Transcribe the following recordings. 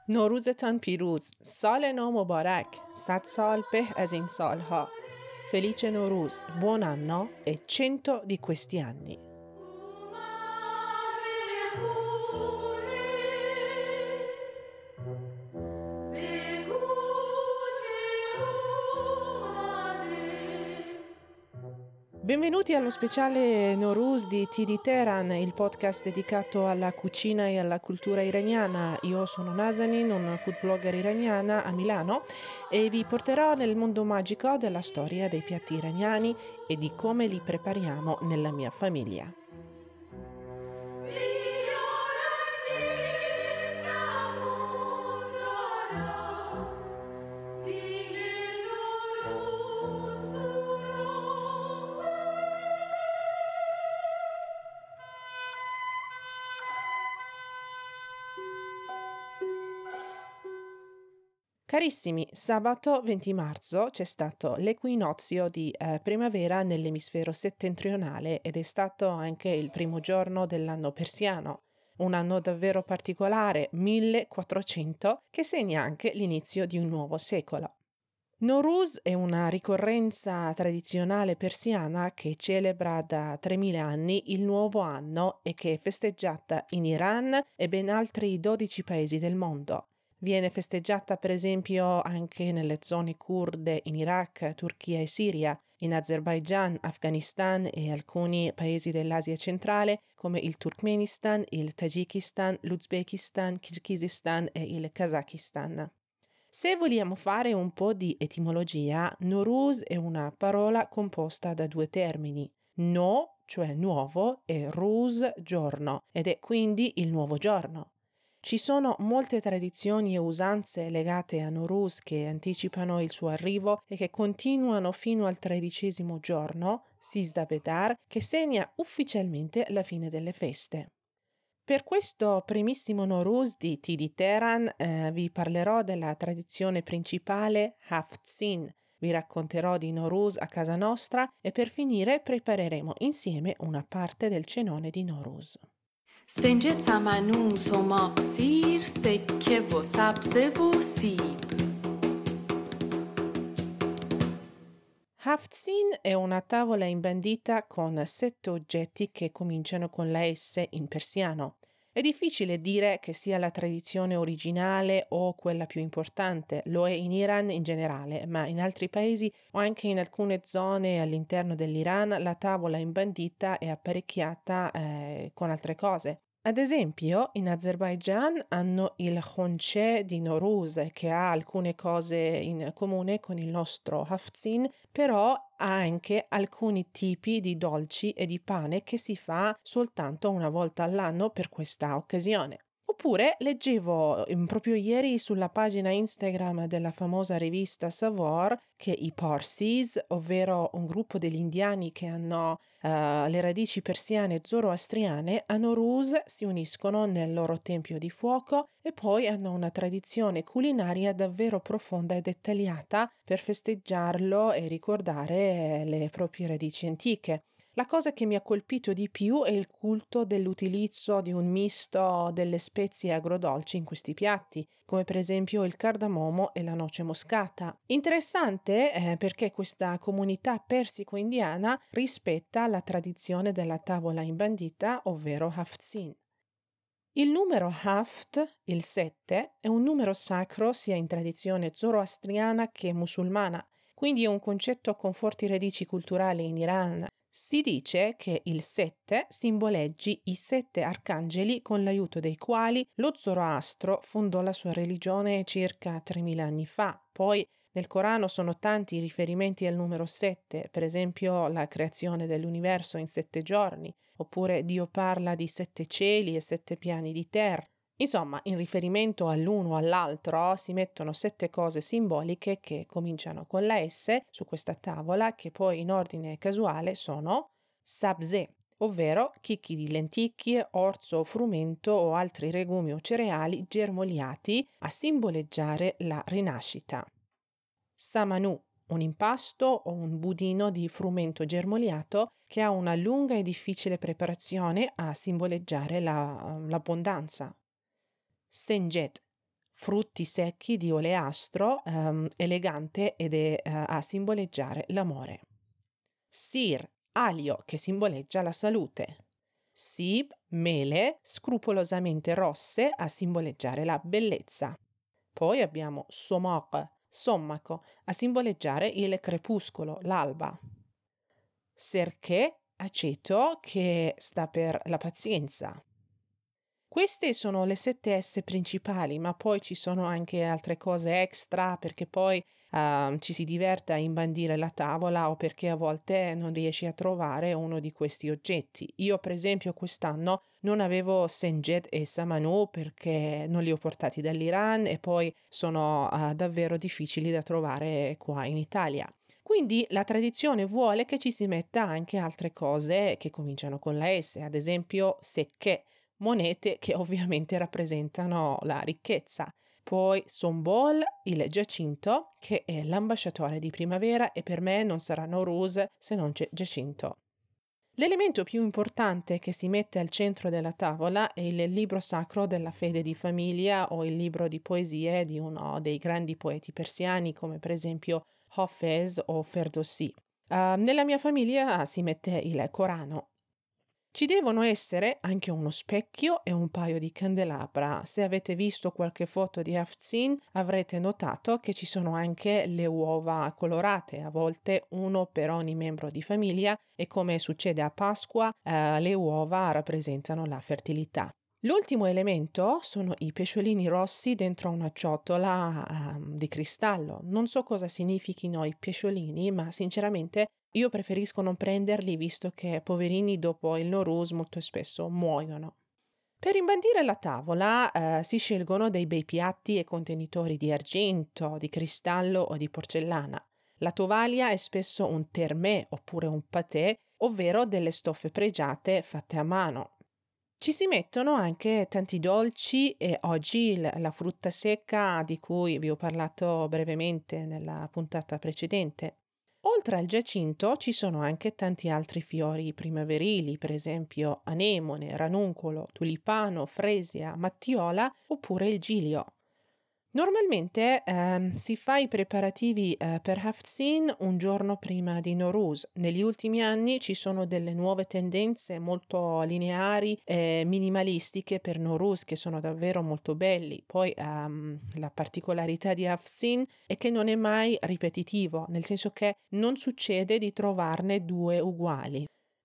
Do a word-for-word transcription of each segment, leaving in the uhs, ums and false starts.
نوروزتان پیروز، سال نو مبارک، صد سال به از این سالها. Felice Nowruz, buon anno e cento di questi anni. Benvenuti allo speciale Nowruz di Tea di Teheran, il podcast dedicato alla cucina e alla cultura iraniana. Io sono Nazanin, un food blogger iraniana a Milano e vi porterò nel mondo magico della storia dei piatti iraniani e di come li prepariamo nella mia famiglia. Carissimi, sabato venti marzo c'è stato l'equinozio di eh, primavera nell'emisfero settentrionale ed è stato anche il primo giorno dell'anno persiano, un anno davvero particolare, millequattrocento, che segna anche l'inizio di un nuovo secolo. Nowruz è una ricorrenza tradizionale persiana che celebra da tremila anni il nuovo anno e che è festeggiata in Iran e ben altri dodici paesi del mondo. Viene festeggiata per esempio anche nelle zone kurde in Iraq, Turchia e Siria, in Azerbaijan, Afghanistan e alcuni paesi dell'Asia centrale come il Turkmenistan, il Tagikistan, l'Uzbekistan, Kirghizistan e il Kazakistan. Se vogliamo fare un po' di etimologia, Nowruz è una parola composta da due termini, no, cioè nuovo, e ruz, giorno, ed è quindi il nuovo giorno. Ci sono molte tradizioni e usanze legate a Nowruz che anticipano il suo arrivo e che continuano fino al tredicesimo giorno, Sizda Bedar, che segna ufficialmente la fine delle feste. Per questo primissimo Nowruz di Tea di Teheran eh, vi parlerò della tradizione principale Haft Sin, vi racconterò di Nowruz a casa nostra e per finire prepareremo insieme una parte del cenone di Nowruz. سنج تمنو سماق سیر سکه و سبزه و سیب. Haft Sin è una tavola imbandita con sette oggetti che cominciano con la S in persiano. È difficile dire che sia la tradizione originale o quella più importante, lo è in Iran in generale, ma in altri paesi o anche in alcune zone all'interno dell'Iran la tavola imbandita è apparecchiata eh, con altre cose. Ad esempio, in Azerbaijan hanno il khonche di Nowruz, che ha alcune cose in comune con il nostro Haft Sin, però ha anche alcuni tipi di dolci e di pane che si fa soltanto una volta all'anno per questa occasione. Oppure leggevo proprio ieri sulla pagina Instagram della famosa rivista Savoir che i Parsis, ovvero un gruppo degli indiani che hanno uh, le radici persiane zoroastriane, a Nowruz si uniscono nel loro tempio di fuoco e poi hanno una tradizione culinaria davvero profonda e dettagliata per festeggiarlo e ricordare le proprie radici antiche. La cosa che mi ha colpito di più è il culto dell'utilizzo di un misto delle spezie agrodolci in questi piatti, come per esempio il cardamomo e la noce moscata. Interessante eh, perché questa comunità persico-indiana rispetta la tradizione della tavola imbandita, ovvero Haft Sin. Il numero Haft, il sette, è un numero sacro sia in tradizione zoroastriana che musulmana, quindi è un concetto con forti radici culturali in Iran. Si dice che il sette simboleggi i sette arcangeli con l'aiuto dei quali lo Zoroastro fondò la sua religione circa tremila anni fa. Poi nel Corano sono tanti i riferimenti al numero sette, per esempio la creazione dell'universo in sette giorni, oppure Dio parla di sette cieli e sette piani di terra. Insomma, in riferimento all'uno o all'altro si mettono sette cose simboliche che cominciano con la S su questa tavola, che poi in ordine casuale sono sabze, ovvero chicchi di lenticchie, orzo o frumento o altri legumi o cereali germogliati a simboleggiare la rinascita. Samanu, un impasto o un budino di frumento germogliato che ha una lunga e difficile preparazione a simboleggiare la, l'abbondanza. Senjet, frutti secchi di oleastro, um, elegante ed è uh, a simboleggiare l'amore. Sir, aglio, che simboleggia la salute. Sib, mele, scrupolosamente rosse a simboleggiare la bellezza. Poi abbiamo somaq, sommaco, a simboleggiare il crepuscolo, l'alba. Serché, aceto, che sta per la pazienza. Queste sono le sette S principali, ma poi ci sono anche altre cose extra perché poi uh, ci si diverte a imbandire la tavola o perché a volte non riesci a trovare uno di questi oggetti. Io per esempio quest'anno non avevo Senjet e Samanu perché non li ho portati dall'Iran e poi sono uh, davvero difficili da trovare qua in Italia. Quindi la tradizione vuole che ci si metta anche altre cose che cominciano con la S, ad esempio secche, monete che ovviamente rappresentano la ricchezza. Poi Sombol, il Giacinto, che è l'ambasciatore di primavera e per me non sarà Nowruz se non c'è Giacinto. L'elemento più importante che si mette al centro della tavola è il libro sacro della fede di famiglia o il libro di poesie di uno dei grandi poeti persiani come per esempio Hafez o Ferdowsi. Uh, nella mia famiglia si mette il Corano. Ci devono essere anche uno specchio e un paio di candelabra. Se avete visto qualche foto di Haftzin avrete notato che ci sono anche le uova colorate, a volte uno per ogni membro di famiglia e come succede a Pasqua eh, le uova rappresentano la fertilità. L'ultimo elemento sono i pesciolini rossi dentro una ciotola uh, di cristallo. Non so cosa significhino i pesciolini, ma sinceramente io preferisco non prenderli visto che poverini dopo il Nowruz molto spesso muoiono. Per imbandire la tavola eh, si scelgono dei bei piatti e contenitori di argento, di cristallo o di porcellana. La tovaglia è spesso un termè oppure un patè, ovvero delle stoffe pregiate fatte a mano. Ci si mettono anche tanti dolci e oggi la frutta secca di cui vi ho parlato brevemente nella puntata precedente. Oltre al giacinto ci sono anche tanti altri fiori primaverili, per esempio anemone, ranuncolo, tulipano, fresia, mattiola oppure il gilio. Normalmente eh, si fa i preparativi eh, per Haftzin un giorno prima di Nowruz. Negli ultimi anni ci sono delle nuove tendenze molto lineari e minimalistiche per Nowruz che sono davvero molto belli. Poi um, la particolarità di Haftzin è che non è mai ripetitivo, nel senso che non succede di trovarne due uguali.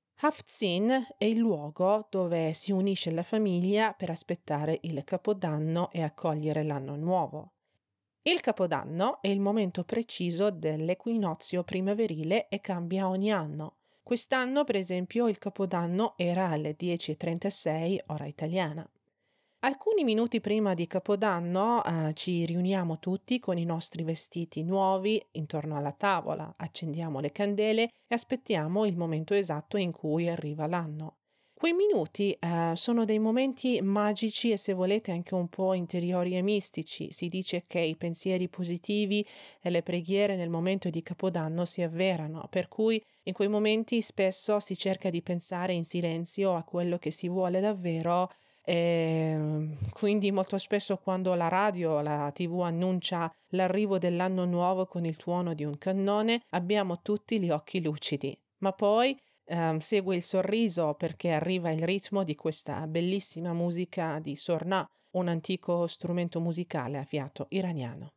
Haftzin è il luogo dove si unisce la famiglia per aspettare il Capodanno e accogliere l'anno nuovo. Il Capodanno è il momento preciso dell'equinozio primaverile e cambia ogni anno. Quest'anno, per esempio, il Capodanno era alle dieci e trentasei ora italiana. Alcuni minuti prima di Capodanno eh, ci riuniamo tutti con i nostri vestiti nuovi intorno alla tavola, accendiamo le candele e aspettiamo il momento esatto in cui arriva l'anno. Quei minuti eh, sono dei momenti magici e se volete anche un po' interiori e mistici. Si dice che i pensieri positivi e le preghiere nel momento di Capodanno si avverano, per cui in quei momenti spesso si cerca di pensare in silenzio a quello che si vuole davvero. E quindi molto spesso quando la radio, la tivù annuncia l'arrivo dell'anno nuovo con il tuono di un cannone, abbiamo tutti gli occhi lucidi, ma poi ehm, segue il sorriso perché arriva il ritmo di questa bellissima musica di Sorna, un antico strumento musicale a fiato iraniano.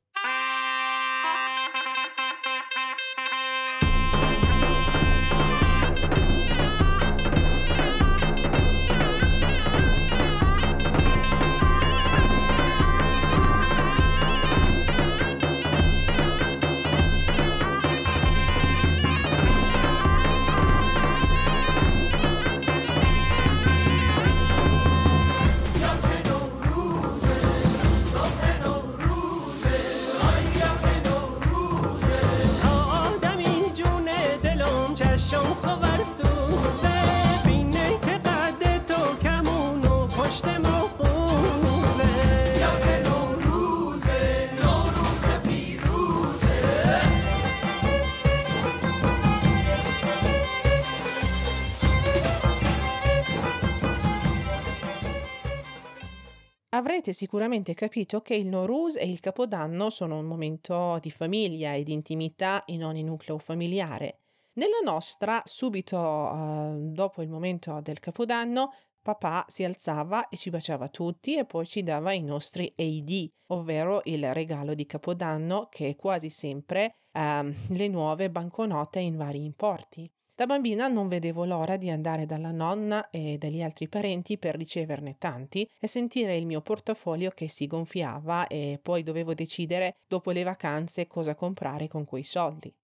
Avrete sicuramente capito che il Nowruz e il Capodanno sono un momento di famiglia e di intimità in ogni nucleo familiare. Nella nostra, subito eh, dopo il momento del Capodanno, papà si alzava e ci baciava tutti e poi ci dava i nostri A D, ovvero il regalo di Capodanno, che è quasi sempre ehm, le nuove banconote in vari importi. Da bambina non vedevo l'ora di andare dalla nonna e dagli altri parenti per riceverne tanti e sentire il mio portafoglio che si gonfiava e poi dovevo decidere dopo le vacanze cosa comprare con quei soldi.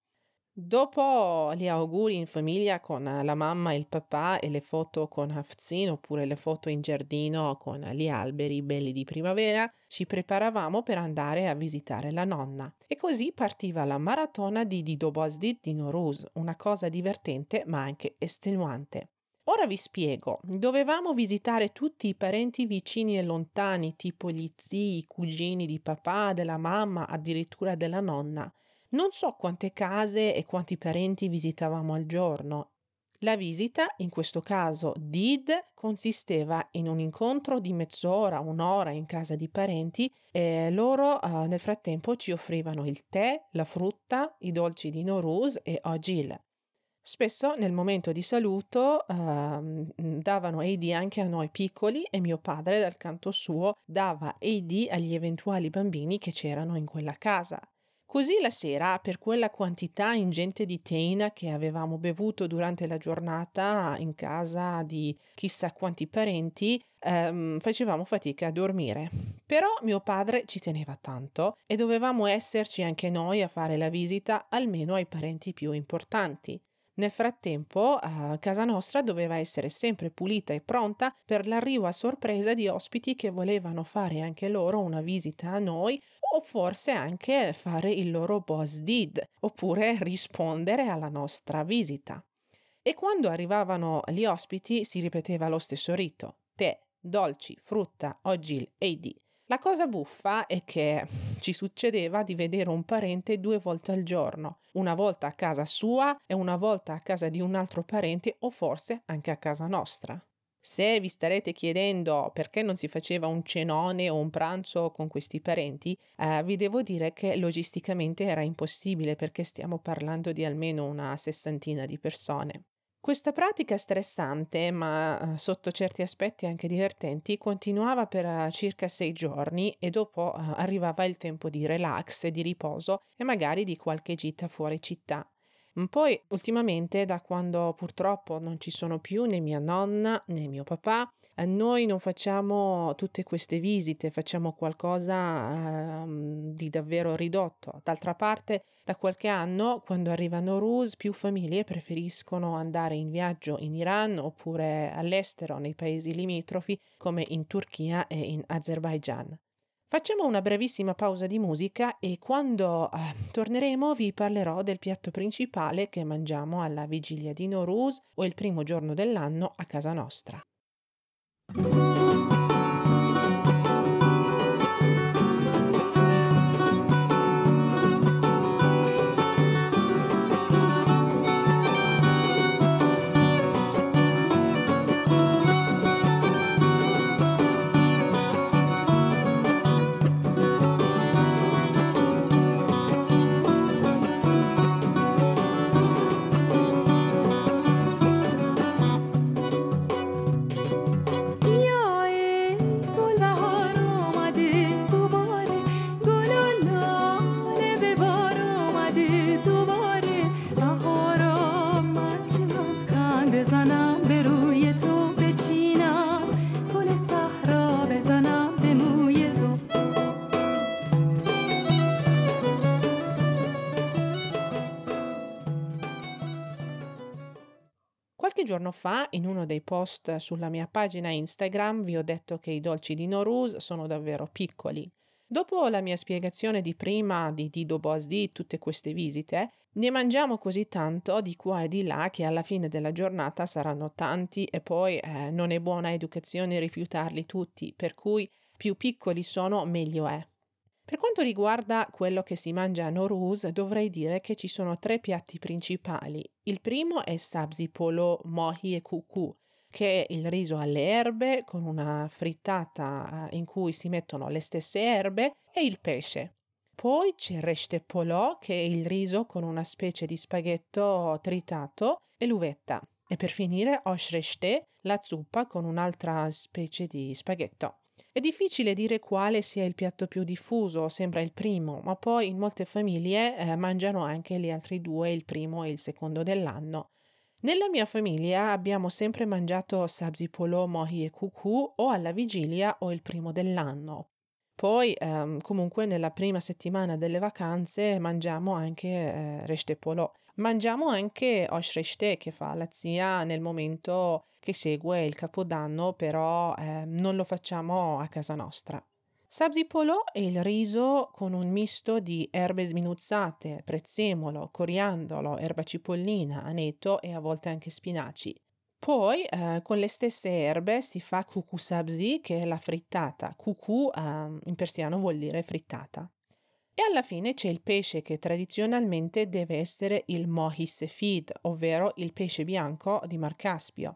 Dopo gli auguri in famiglia con la mamma e il papà e le foto con Hafzin oppure le foto in giardino con gli alberi belli di primavera, ci preparavamo per andare a visitare la nonna. E così partiva la maratona di Dido Bozdid di Nowruz, una cosa divertente ma anche estenuante. Ora vi spiego. Dovevamo visitare tutti i parenti vicini e lontani, tipo gli zii, i cugini di papà, della mamma, addirittura della nonna. Non so quante case e quanti parenti visitavamo al giorno. La visita, in questo caso Did, consisteva in un incontro di mezz'ora, un'ora in casa di parenti e loro eh, nel frattempo ci offrivano il tè, la frutta, i dolci di Nowruz e Ogil. Spesso nel momento di saluto ehm, davano A D anche a noi piccoli e mio padre dal canto suo dava A D agli eventuali bambini che c'erano in quella casa. Così la sera, per quella quantità ingente di teina che avevamo bevuto durante la giornata in casa di chissà quanti parenti, ehm, facevamo fatica a dormire. Però mio padre ci teneva tanto e dovevamo esserci anche noi a fare la visita almeno ai parenti più importanti. Nel frattempo, eh, casa nostra doveva essere sempre pulita e pronta per l'arrivo a sorpresa di ospiti che volevano fare anche loro una visita a noi o forse anche fare il loro Bozdid, oppure rispondere alla nostra visita. E quando arrivavano gli ospiti si ripeteva lo stesso rito: tè, dolci, frutta, ogil, A D. La cosa buffa è che ci succedeva di vedere un parente due volte al giorno, una volta a casa sua e una volta a casa di un altro parente o forse anche a casa nostra. Se vi starete chiedendo perché non si faceva un cenone o un pranzo con questi parenti, eh, vi devo dire che logisticamente era impossibile perché stiamo parlando di almeno una sessantina di persone. Questa pratica stressante, ma eh, sotto certi aspetti anche divertenti, continuava per eh, circa sei giorni e dopo eh, arrivava il tempo di relax e di riposo e magari di qualche gita fuori città. Poi, ultimamente, da quando purtroppo non ci sono più né mia nonna né mio papà, eh, noi non facciamo tutte queste visite, facciamo qualcosa ehm, di davvero ridotto. D'altra parte, da qualche anno, quando arriva Nowruz, più famiglie preferiscono andare in viaggio in Iran oppure all'estero, nei paesi limitrofi, come in Turchia e in Azerbaigian. Facciamo una brevissima pausa di musica e quando eh, torneremo vi parlerò del piatto principale che mangiamo alla vigilia di Nowruz o il primo giorno dell'anno a casa nostra. Qualche giorno fa, in uno dei post sulla mia pagina Instagram, vi ho detto che i dolci di Nowruz sono davvero piccoli. Dopo la mia spiegazione di prima di Dido Bozdid, tutte queste visite, ne mangiamo così tanto di qua e di là che alla fine della giornata saranno tanti e poi eh, non è buona educazione rifiutarli tutti, per cui più piccoli sono meglio è. Per quanto riguarda quello che si mangia a Nowruz, dovrei dire che ci sono tre piatti principali. Il primo è sabzi polo, mohi e kuku. che è il riso alle erbe con una frittata in cui si mettono le stesse erbe, e il pesce. Poi c'è reshte polo, che è il riso con una specie di spaghetto tritato, e l'uvetta. E per finire osh reshte, la zuppa con un'altra specie di spaghetto. È difficile dire quale sia il piatto più diffuso, sembra il primo, ma poi in molte famiglie eh, mangiano anche gli altri due, il primo e il secondo dell'anno. Nella mia famiglia abbiamo sempre mangiato sabzi polo, mohi e cucù o alla vigilia o il primo dell'anno. Poi ehm, comunque nella prima settimana delle vacanze mangiamo anche eh, reshte polo. Mangiamo anche osh reshte che fa la zia nel momento che segue il Capodanno, però eh, non lo facciamo a casa nostra. Sabzi polo è il riso con un misto di erbe sminuzzate, prezzemolo, coriandolo, erba cipollina, aneto e a volte anche spinaci. Poi eh, con le stesse erbe si fa kuku sabzi, che è la frittata. Kuku eh, in persiano vuol dire frittata. E alla fine c'è il pesce, che tradizionalmente deve essere il mohi sefid, ovvero il pesce bianco di Mar Caspio.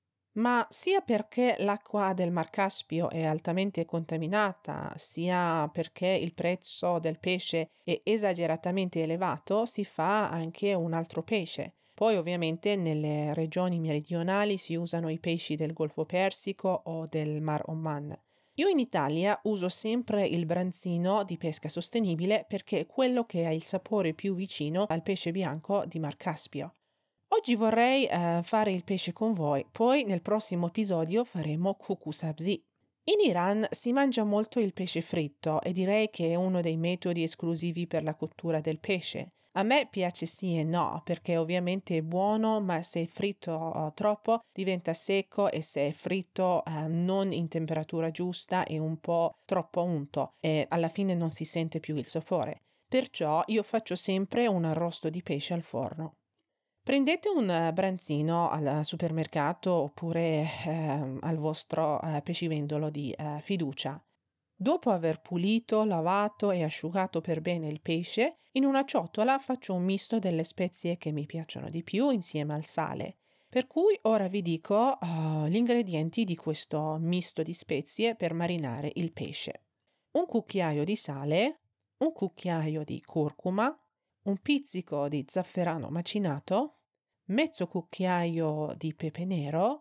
Ma sia perché l'acqua del Mar Caspio è altamente contaminata, sia perché il prezzo del pesce è esageratamente elevato, si fa anche un altro pesce. Poi ovviamente nelle regioni meridionali si usano i pesci del Golfo Persico o del Mar Oman. Io in Italia uso sempre il branzino di pesca sostenibile perché è quello che ha il sapore più vicino al pesce bianco di Mar Caspio. Oggi vorrei eh, fare il pesce con voi, poi nel prossimo episodio faremo kuku sabzi. In Iran si mangia molto il pesce fritto e direi che è uno dei metodi esclusivi per la cottura del pesce. A me piace sì e no, perché ovviamente è buono, ma se è fritto uh, troppo diventa secco, e se è fritto uh, non in temperatura giusta è un po' troppo unto e alla fine non si sente più il sapore. Perciò io faccio sempre un arrosto di pesce al forno. Prendete un branzino al supermercato oppure eh, al vostro eh, pescivendolo di eh, fiducia. Dopo aver pulito, lavato e asciugato per bene il pesce, in una ciotola faccio un misto delle spezie che mi piacciono di più insieme al sale. Per cui ora vi dico uh, gli ingredienti di questo misto di spezie per marinare il pesce. Un cucchiaio di sale, un cucchiaio di curcuma, un pizzico di zafferano macinato, mezzo cucchiaio di pepe nero,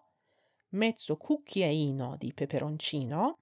mezzo cucchiaino di peperoncino,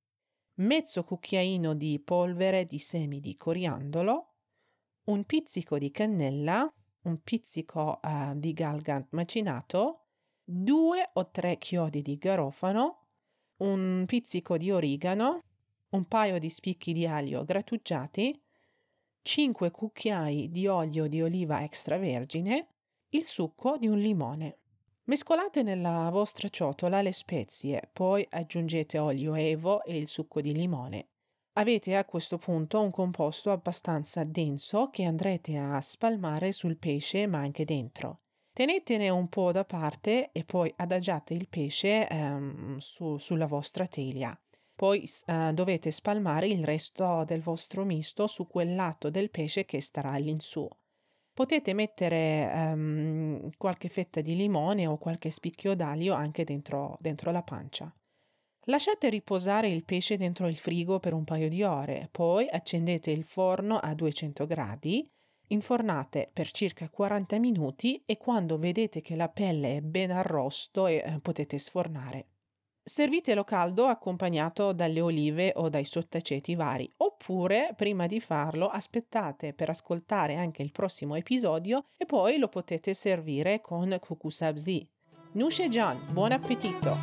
mezzo cucchiaino di polvere di semi di coriandolo, un pizzico di cannella, un pizzico uh, di galgant macinato, due o tre chiodi di garofano, un pizzico di origano, un paio di spicchi di aglio grattugiati, cinque cucchiai di olio di oliva extravergine, il succo di un limone. Mescolate nella vostra ciotola le spezie, poi aggiungete olio evo e il succo di limone. Avete a questo punto un composto abbastanza denso che andrete a spalmare sul pesce ma anche dentro. Tenetene un po' da parte e poi adagiate il pesce ehm, su, sulla vostra teglia. Poi eh, dovete spalmare il resto del vostro misto su quel lato del pesce che starà all'insù. Potete mettere um, qualche fetta di limone o qualche spicchio d'aglio anche dentro, dentro la pancia. Lasciate riposare il pesce dentro il frigo per un paio di ore, poi accendete il forno a duecento gradi, infornate per circa quaranta minuti e quando vedete che la pelle è ben arrosto eh, potete sfornare. Servitelo caldo accompagnato dalle olive o dai sottaceti vari, oppure prima di farlo aspettate per ascoltare anche il prossimo episodio e poi lo potete servire con kuku sabzi. Nush Jan, buon appetito!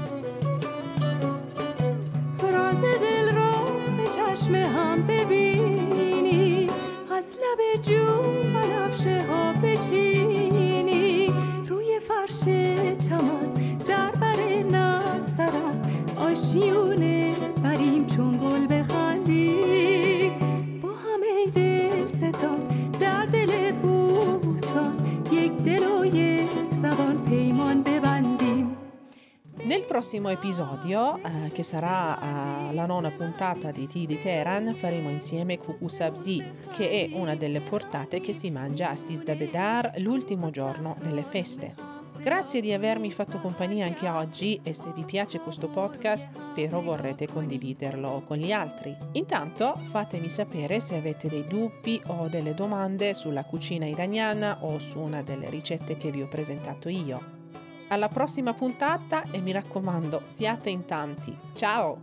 راز دل را به چشم هم ببینی از لب جون بنفشه ها بچینی روی فرش چمن در بر نسترن آشیونه بریم چون گل بخندی با همه دل ستان در دل بوستان یک دل و یک زبان پیمان ببندیم. Nel prossimo episodio, eh, che sarà eh, la nona puntata di Tea di Teheran, faremo insieme kuku sabzi, che è una delle portate che si mangia a Sizda Bedar l'ultimo giorno delle feste. Grazie di avermi fatto compagnia anche oggi e se vi piace questo podcast spero vorrete condividerlo con gli altri. Intanto fatemi sapere se avete dei dubbi o delle domande sulla cucina iraniana o su una delle ricette che vi ho presentato io. Alla prossima puntata e mi raccomando, siate in tanti. Ciao!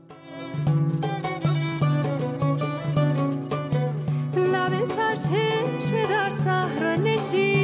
لب سر چشم در صحرا نشین